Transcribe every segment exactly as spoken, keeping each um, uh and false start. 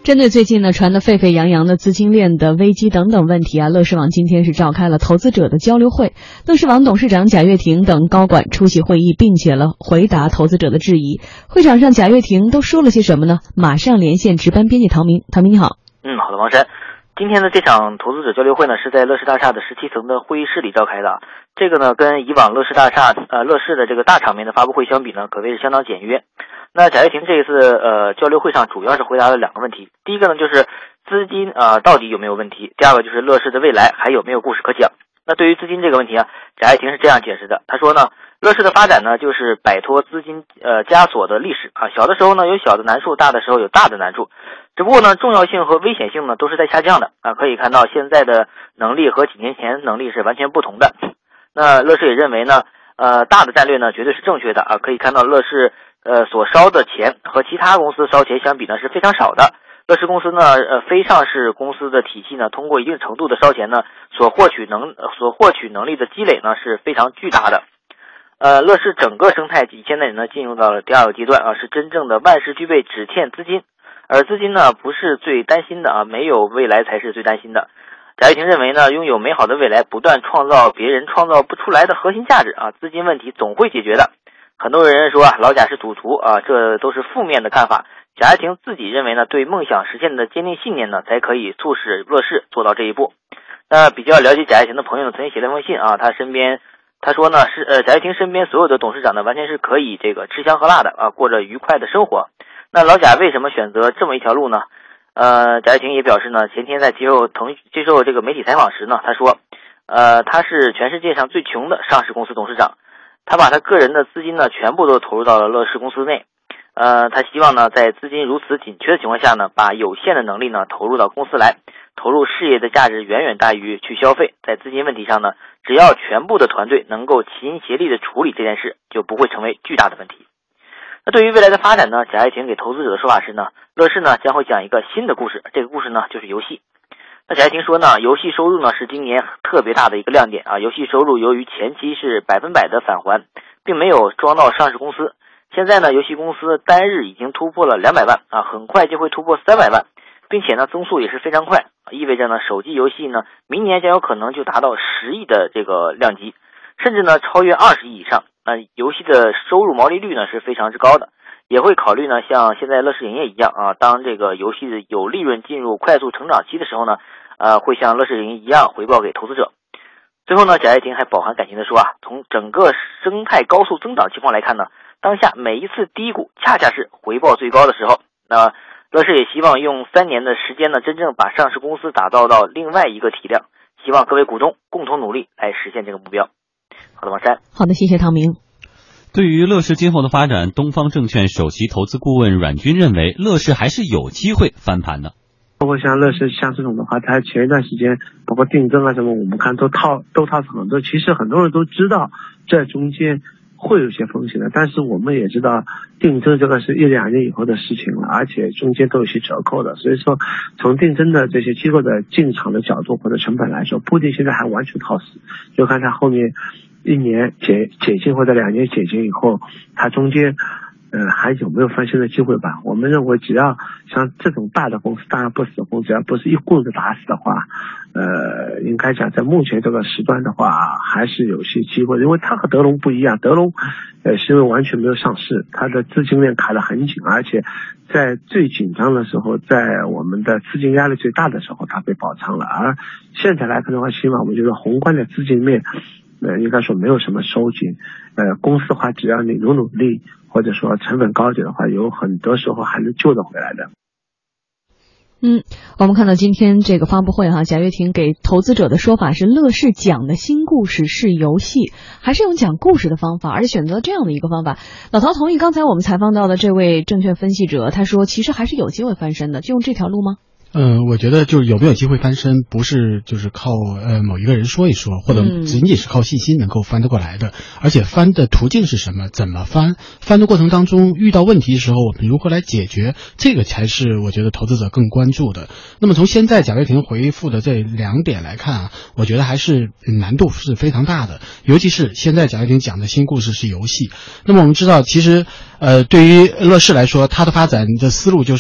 针对最近呢传得沸沸扬扬的资金链的危机等等问题啊，乐视网今天是召开了投资者的交流会，乐视网董事长贾跃亭等高管出席会议，并且了回答投资者的质疑。会场上贾跃亭都说了些什么呢？马上连线值班编辑唐明。唐明你好。 嗯，好的，王珊。今天的这场投资者交流会呢，是在乐视大厦的十七层的会议室里召开的。这个呢，跟以往乐视大厦呃乐视的这个大场面的发布会相比呢，可谓是相当简约。那贾跃亭这一次呃交流会上主要是回答了两个问题，第一个呢就是资金呃到底有没有问题，第二个就是乐视的未来还有没有故事可讲。那对于资金这个问题啊，贾跃亭是这样解释的，他说呢，乐视的发展呢就是摆脱资金呃枷锁的历史啊，小的时候呢有小的难处，大的时候有大的难处，只不过呢重要性和危险性呢都是在下降的啊，可以看到现在的能力和几年前能力是完全不同的。那乐视也认为呢呃大的战略呢绝对是正确的啊，可以看到乐视呃所烧的钱和其他公司烧钱相比呢是非常少的。乐视公司呢呃非上市公司的体系呢通过一定程度的烧钱呢所获取能所获取能力的积累呢是非常巨大的。呃乐视整个生态体现在呢进入到了第二个阶段啊，是真正的万事俱备只欠资金，而资金呢不是最担心的啊，没有未来才是最担心的。贾跃亭认为呢，拥有美好的未来，不断创造别人创造不出来的核心价值啊，资金问题总会解决的。很多人说啊，老贾是赌徒啊，这都是负面的看法。贾跃亭自己认为呢，对梦想实现的坚定信念呢，才可以促使乐视做到这一步。那比较了解贾跃亭的朋友呢，曾经写了封信啊，他身边他说呢，是呃贾跃亭身边所有的董事长呢，完全是可以这个吃香喝辣的啊，过着愉快的生活。那老贾为什么选择这么一条路呢？呃，贾跃亭也表示呢，前天在接受腾接受这个媒体采访时呢，他说，呃，他是全世界上最穷的上市公司董事长，他把他个人的资金呢全部都投入到了乐视公司内。呃，他希望呢，在资金如此紧缺的情况下呢，把有限的能力呢投入到公司来，投入事业的价值远远大于去消费。在资金问题上呢，只要全部的团队能够齐心协力的处理这件事，就不会成为巨大的问题。那对于未来的发展呢，贾跃亭给投资者的说法是呢，乐视呢将会讲一个新的故事，这个故事呢就是游戏。那贾跃亭说呢，游戏收入呢是今年特别大的一个亮点啊，游戏收入由于前期是百分百的返还，并没有装到上市公司。现在呢，游戏公司单日已经突破了两百万啊，很快就会突破三百万，并且呢，增速也是非常快，意味着呢，手机游戏呢，明年将有可能就达到十亿的这个量级，甚至呢，超越二十亿以上。呃，游戏的收入毛利率呢是非常之高的，也会考虑呢，像现在乐视影业一样啊，当这个游戏的有利润进入快速成长期的时候呢，呃，会像乐视影业一样回报给投资者。最后呢，贾跃亭还饱含感情的说啊，从整个生态高速增长情况来看呢，当下每一次低谷恰恰是回报最高的时候。那乐视也希望用三年的时间呢，真正把上市公司打造到另外一个体量，希望各位股东共同努力来实现这个目标。好的，王珊。 好的，谢谢唐明。 对于乐视今后的发展，东方证券首席投资顾问阮军认为，乐视还是有机会翻盘的。 包括像乐视像这种的话，它前一段时间包括定增啊什么，我们看都套都套很多，其实很多人都知道这中间会有些风险的，但是我们也知道定增这个是一两年以后的事情了，而且中间都有些折扣的，所以说从定增的这些机构的进场的角度或者成本来说，不一定现在还完全套死，就看它后面一年解解禁或者两年解禁以后，它中间呃还有没有翻身的机会吧。我们认为只要像这种大的公司，当然不死公，只要不是一棍子打死的话，呃应该讲在目前这个时段的话还是有些机会，因为它和德龙不一样，德龙呃是因为完全没有上市，它的资金链卡得很紧，而且在最紧张的时候，在我们的资金压力最大的时候它被保仓了，而现在来看的话，起码我们觉得宏观的资金面呃，应该说没有什么收紧，呃，公司的话，只要你努努力，或者说成本高点的话，有很多时候还能救得回来的。 嗯，我们看到今天这个发布会哈，贾跃亭给投资者的说法是，乐视讲的新故事是游戏，还是用讲故事的方法，而且选择这样的一个方法。老陶同意刚才我们采访到的这位证券分析者，他说其实还是有机会翻身的，就用这条路吗？ 嗯，我觉得就是有没有机会翻身，不是就是靠呃某一个人说一说，或者仅仅是靠信心能够翻得过来的，嗯、而且翻的途径是什么，怎么翻，翻的过程当中遇到问题的时候，我们如何来解决，这个才是我觉得投资者更关注的。那么从现在贾跃亭回复的这两点来看啊，我觉得还是难度是非常大的，尤其是现在贾跃亭讲的新故事是游戏。那么我们知道，其实呃对于乐视来说，它的发展的思路就是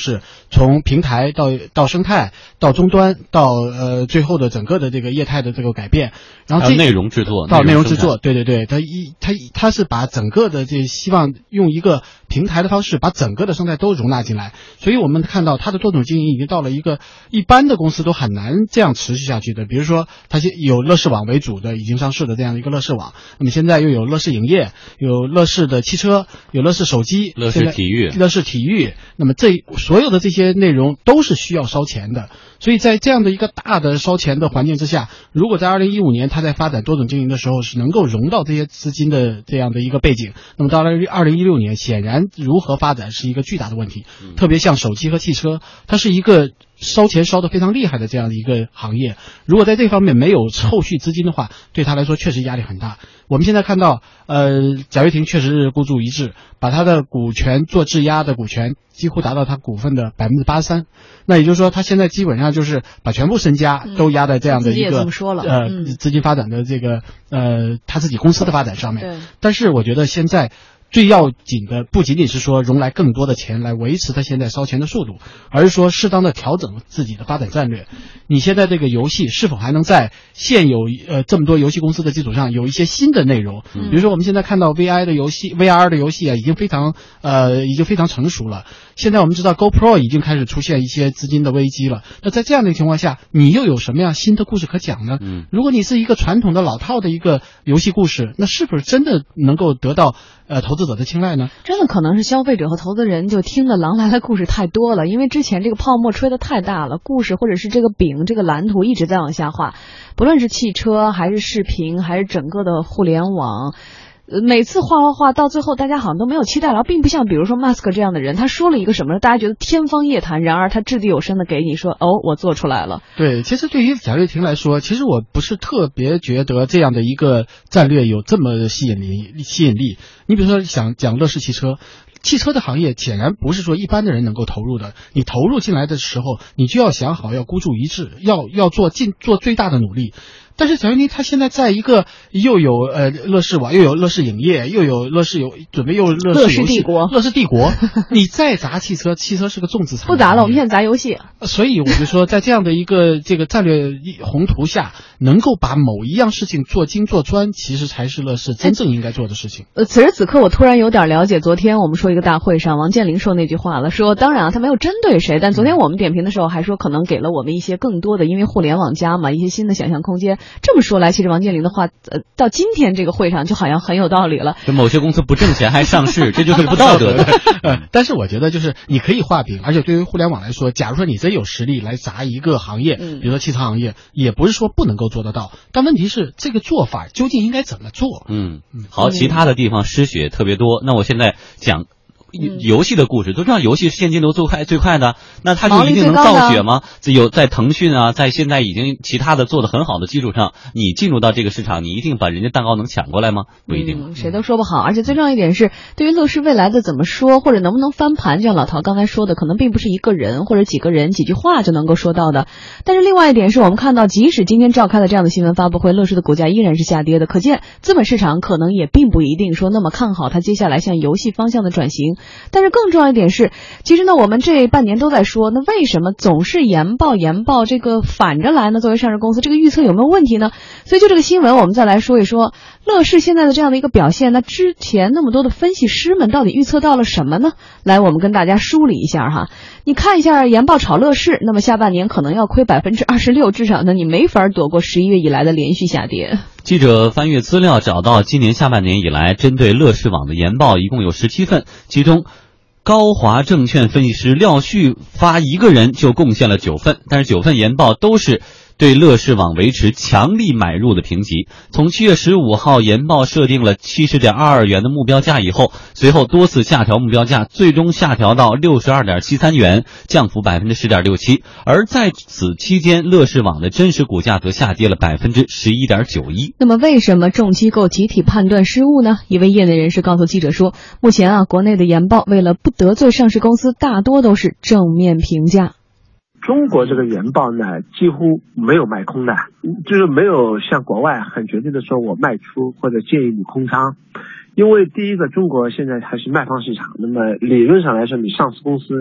从平台到到生态到终端到呃最后的整个的这个业态的这个改变，然后这内容制作到内容制作，对对对，它一它它是把整个的这希望用一个平台的方式把整个的生态都容纳进来，所以我们看到它的多种经营已经到了一个一般的公司都很难这样持续下去的。比如说它有乐视网为主的已经上市的这样的一个乐视网，那么现在又有乐视影业，有乐视的汽车，有乐视手机， 乐视体育， 乐视体育，那么这所有的这些内容都是需要烧钱的，所以在这样的一个大的烧钱的环境之下，如果在二零一五年它在发展多种经营的时候是能够融到这些资金的这样的一个背景，那么到了二零一六年显然如何发展是一个巨大的问题， 嗯、 特别像手机和汽车，它是一个烧钱烧得非常厉害的这样的一个行业，如果在这方面没有后续资金的话，对他来说确实压力很大。我们现在看到呃，贾跃亭确实是孤注一掷，把他的股权做质押的股权几乎达到他股份的百分之八十三，那也就是说他现在基本上就是把全部身家都压在这样的一个、 嗯、 呃、 嗯、 资金发展的这个呃他自己公司的发展上面。 对， 但是我觉得现在最要紧的不仅仅是说融来更多的钱来维持它现在烧钱的速度，而是说适当的调整自己的发展战略。你现在这个游戏是否还能在现有呃这么多游戏公司的基础上有一些新的内容？ 嗯、 比如说我们现在看到 V I 的游戏 V R 的游戏啊，已经非常呃已经非常成熟了。现在我们知道 GoPro 已经开始出现一些资金的危机了。那在这样的情况下，你又有什么样新的故事可讲呢？ 嗯， 如果你是一个传统的老套的一个游戏故事，那是不是真的能够得到呃投资者的青睐呢？ 真的可能是消费者和投资人就听的狼来的故事太多了，因为之前这个泡沫吹得太大了，故事或者是这个饼这个蓝图一直在往下画，不论是汽车还是视频还是整个的互联网，每次画画画到最后大家好像都没有期待了，并不像比如说马斯克这样的人，他说了一个什么大家觉得天方夜谭，然而他掷地有声的给你说哦我做出来了。 对，其实对于贾跃亭来说，其实我不是特别觉得这样的一个战略有这么吸引力吸引力。你比如说想讲乐视汽车，汽车的行业显然不是说一般的人能够投入的，你投入进来的时候你就要想好要孤注一掷，要要做尽做最大的努力。但是贾跃亭他现在在一个又有呃乐视网，又有乐视影业，又有乐视有准备又乐视乐视帝国， 乐视帝国，你再砸汽车，汽车是个重资产， 不砸了，我们现在砸游戏。 所以我就说，在这样的一个这个战略宏图下，能够把某一样事情做精做专，其实才是乐视真正应该做的事情。 呃，此时此刻我突然有点了解，昨天我们说一个大会上，王健林说那句话了，说当然啊，他没有针对谁，但昨天我们点评的时候还说，可能给了我们一些更多的，因为互联网加嘛，一些新的想象空间。这么说来，其实王健林的话，呃，到今天这个会上就好像很有道理了。 就某些公司不挣钱还上市，这就是不道德的。 呃，但是我觉得就是你可以画饼，而且对于互联网来说，假如说你真有实力来砸一个行业，比如说汽车行业，也不是说不能够做得到，但问题是这个做法究竟应该怎么做？ 嗯，好，其他的地方失血特别多，那我现在讲游戏的故事，都知道游戏是现金流最快最快的，那它就一定能造血吗？有在腾讯啊，在现在已经其他的做得很好的基础上，你进入到这个市场，你一定把人家蛋糕能抢过来吗？不一定、 嗯，谁都说不好。而且最重要一点是，对于乐视未来的怎么说，或者能不能翻盘，就像老陶刚才说的，可能并不是一个人或者几个人几句话就能够说到的。但是另外一点是我们看到，即使今天召开的这样的新闻发布会，乐视的股价依然是下跌的，可见资本市场可能也并不一定说那么看好它接下来向游戏方向的转型。但是更重要一点是，其实呢，我们这半年都在说，那为什么总是研报研报这个反着来呢？作为上市公司，这个预测有没有问题呢？所以就这个新闻，我们再来说一说乐视现在的这样的一个表现。那之前那么多的分析师们到底预测到了什么呢？来，我们跟大家梳理一下哈。你看一下研报炒乐视，那么下半年可能要亏百分之二十六，至少呢你没法躲过十一月以来的连续下跌。 记者翻阅资料，找到今年下半年以来针对乐视网的研报一共有十七份，其中高华证券分析师廖旭发一个人就贡献了九份，但是九份研报都是对乐视网维持强力买入的评级。从七月十五号研报设定了 七十点二二元的目标价以后，随后多次下调目标价，最终下调到 六十二点七三元，降幅 百分之十点六七。 而在此期间，乐视网的真实股价则下跌了 百分之十一点九一。 那么为什么众机构集体判断失误呢？一位业内人士告诉记者说，目前啊，国内的研报为了不得罪上市公司，大多都是正面评价。 中国这个研报呢，几乎没有卖空的，就是没有像国外很绝对的说我卖出或者建议你空仓。因为第一个，中国现在还是卖方市场，那么理论上来说，你上市公司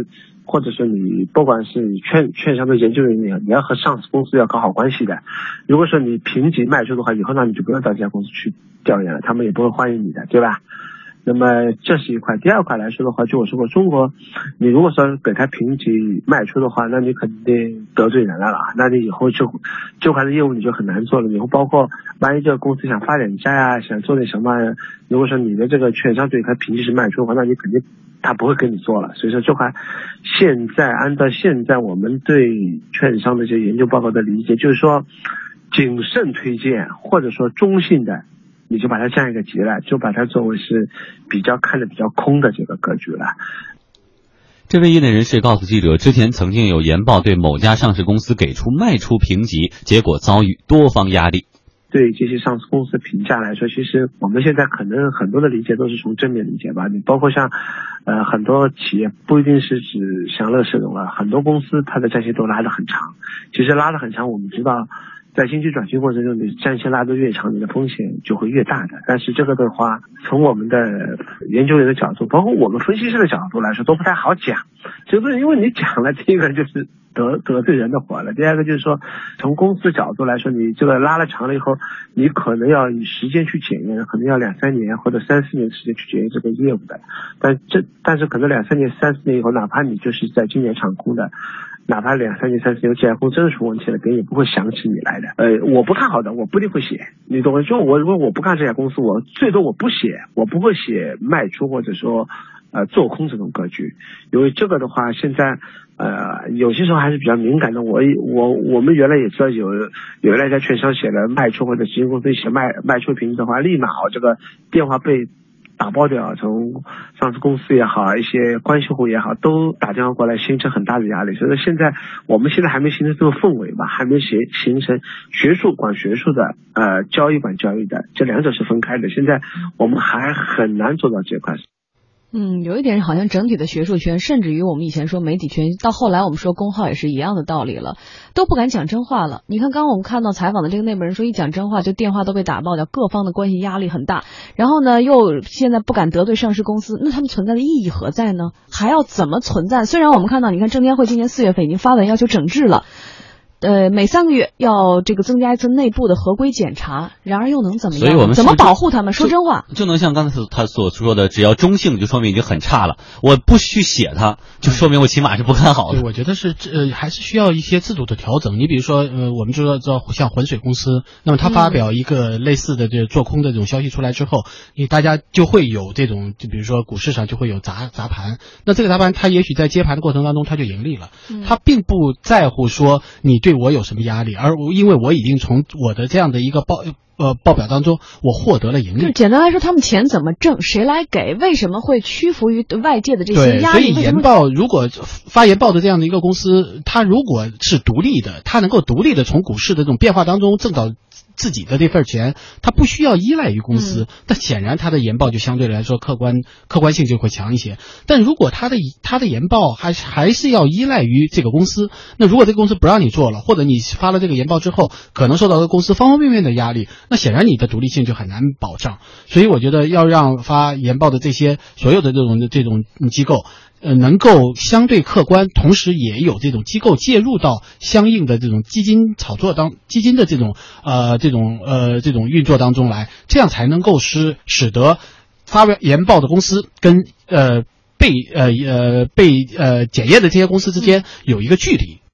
或者说你不管是券券商的研究人员，你要和上市公司要搞好关系的。如果说你评级卖出的话，以后呢你就不用到这家公司去调研了，他们也不会欢迎你的，对吧？那么这是一块。第二块来说的话，就我说过，中国你如果说给他评级卖出的话，那你肯定得罪人了啦，那你以后就这块的业务你就很难做了。以后包括万一这个公司想发展家呀，想做点什么，如果说你的这个券商对他评级是卖出的话，那你肯定他不会跟你做了。所以说这块现在按照现在我们对券商的这些研究报告的理解，就是说谨慎推荐或者说中性的，你就把它降一个级了，就把它作为是比较看得比较空的这个格局了。 这位业内人士告诉记者，之前曾经有研报对某家上市公司给出卖出评级，结果遭遇多方压力。 对这些上市公司评价来说，其实我们现在可能很多的理解都是从正面理解吧。你包括像呃很多企业不一定是指像乐视这种了，很多公司它的战线都拉得很长。其实拉得很长，我们知道在新区转型过程中，你战线拉得越长，你的风险就会越大的。但是这个的话，从我们的研究员的角度，包括我们分析师的角度来说，都不太好讲。就是因为你讲了，第一个就是得得罪人的活了，第二个就是说，从公司角度来说，你这个拉了长了以后，你可能要以时间去检验，可能要两三年或者三四年的时间去检验这个业务的。但这但是可能两三年、三四年以后，哪怕你就是在今年场空的。哪怕两三年、三四年，这家公司真的出问题了，别人也不会想起你来的。呃，我不看好的，我不一定会写，你懂我？就我如果我不看这家公司，我最多我不写，我不会写卖出或者说呃做空这种格局，因为这个的话，现在呃有些时候还是比较敏感的。我我我们原来也知道有有那家券商写了卖出或者基金公司写卖卖出评级的话，立马哦这个电话被打包掉，从上市公司也好，一些关系户也好，都打电话过来，形成很大的压力。所以说现在我们现在还没形成这个氛围吧，还没形形成学术管学术的，呃，交易管交易的，这两者是分开的。现在我们还很难做到这块。 嗯，有一点好像整体的学术圈，甚至于我们以前说媒体圈，到后来我们说公号也是一样的道理了，都不敢讲真话了。你看刚刚我们看到采访的这个内部人说，一讲真话就电话都被打爆掉，各方的关系压力很大。然后呢，又现在不敢得罪上市公司，那他们存在的意义何在呢？还要怎么存在？虽然我们看到，你看证监会今年四月份已经发文要求整治了。呃，每三个月要这个增加一次内部的合规检查，然而又能怎么样？ 所以我们怎么保护他们？说真话， 就能像刚才他所说的，只要中性，就说明已经很差了。我不去写它，就说明我起码是不看好的。 对，我觉得是呃，还是需要一些制度的调整。你比如说，呃，我们知道知道像浑水公司，那么他发表一个类似的这做空的这种消息出来之后，你大家就会有这种，就比如说股市上就会有砸砸盘。那这个砸盘，他也许在接盘的过程当中他就盈利了， 嗯、 他并不在乎说你对我有什么压力，而因为我已经从我的这样的一个报呃报表当中我获得了盈利。 就简单来说，他们钱怎么挣，谁来给？为什么会屈服于外界的这些压力？ 对，所以研报如果发研报的这样的一个公司，它如果是独立的，它能够独立的从股市的这种变化当中挣到自己的这份钱，它不需要依赖于公司，但显然它的研报就相对来说客观客观性就会强一些。但如果它的它的研报还还是要依赖于这个公司，那如果这个公司不让你做了，或者你发了这个研报之后，可能受到这个公司方方面面的压力，那显然你的独立性就很难保障。所以我觉得要让发研报的这些所有的这种这种机构。呃，能够相对客观，同时也有这种机构介入到相应的这种基金炒作当基金的这种呃这种呃这种运作当中来，这样才能够使使得发研报的公司跟呃被呃呃被呃检验的这些公司之间有一个距离。